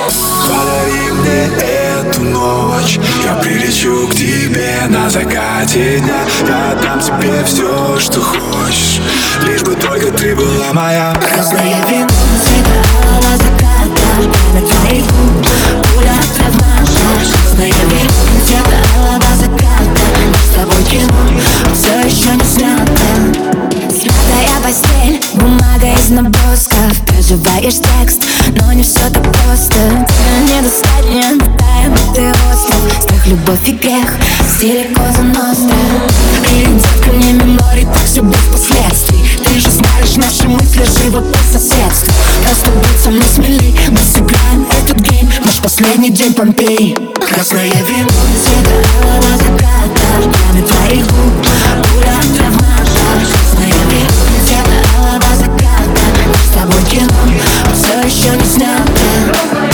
Подари мне эту ночь, я прилечу к тебе на закате дня. Я отдам тебе все, что хочешь, лишь бы только ты была моя. Красное вино цвета алого заката, на твоих губ пуля травмата. Красное вино цвета алого заката, мы с тобой кино все еще не снято. Смятая постель, бумага из набросков. Проживаешь текст, но не все так просто. Тебя не достать, не обитаемый остров. Страх, любовь и грех, в стиле Коза Ностра. И детка, не мемори, так все без последствий. Ты же знаешь, наши мысли живут по соседству. Просто будь со мной смелей, мы сыграем этот гейм. Наш последний день Помпеи. Красное вино цвета алого заката, пламя твоих губ, пуля травмата. Красное вино цвета алого заката, мы с тобой кино все еще не снято.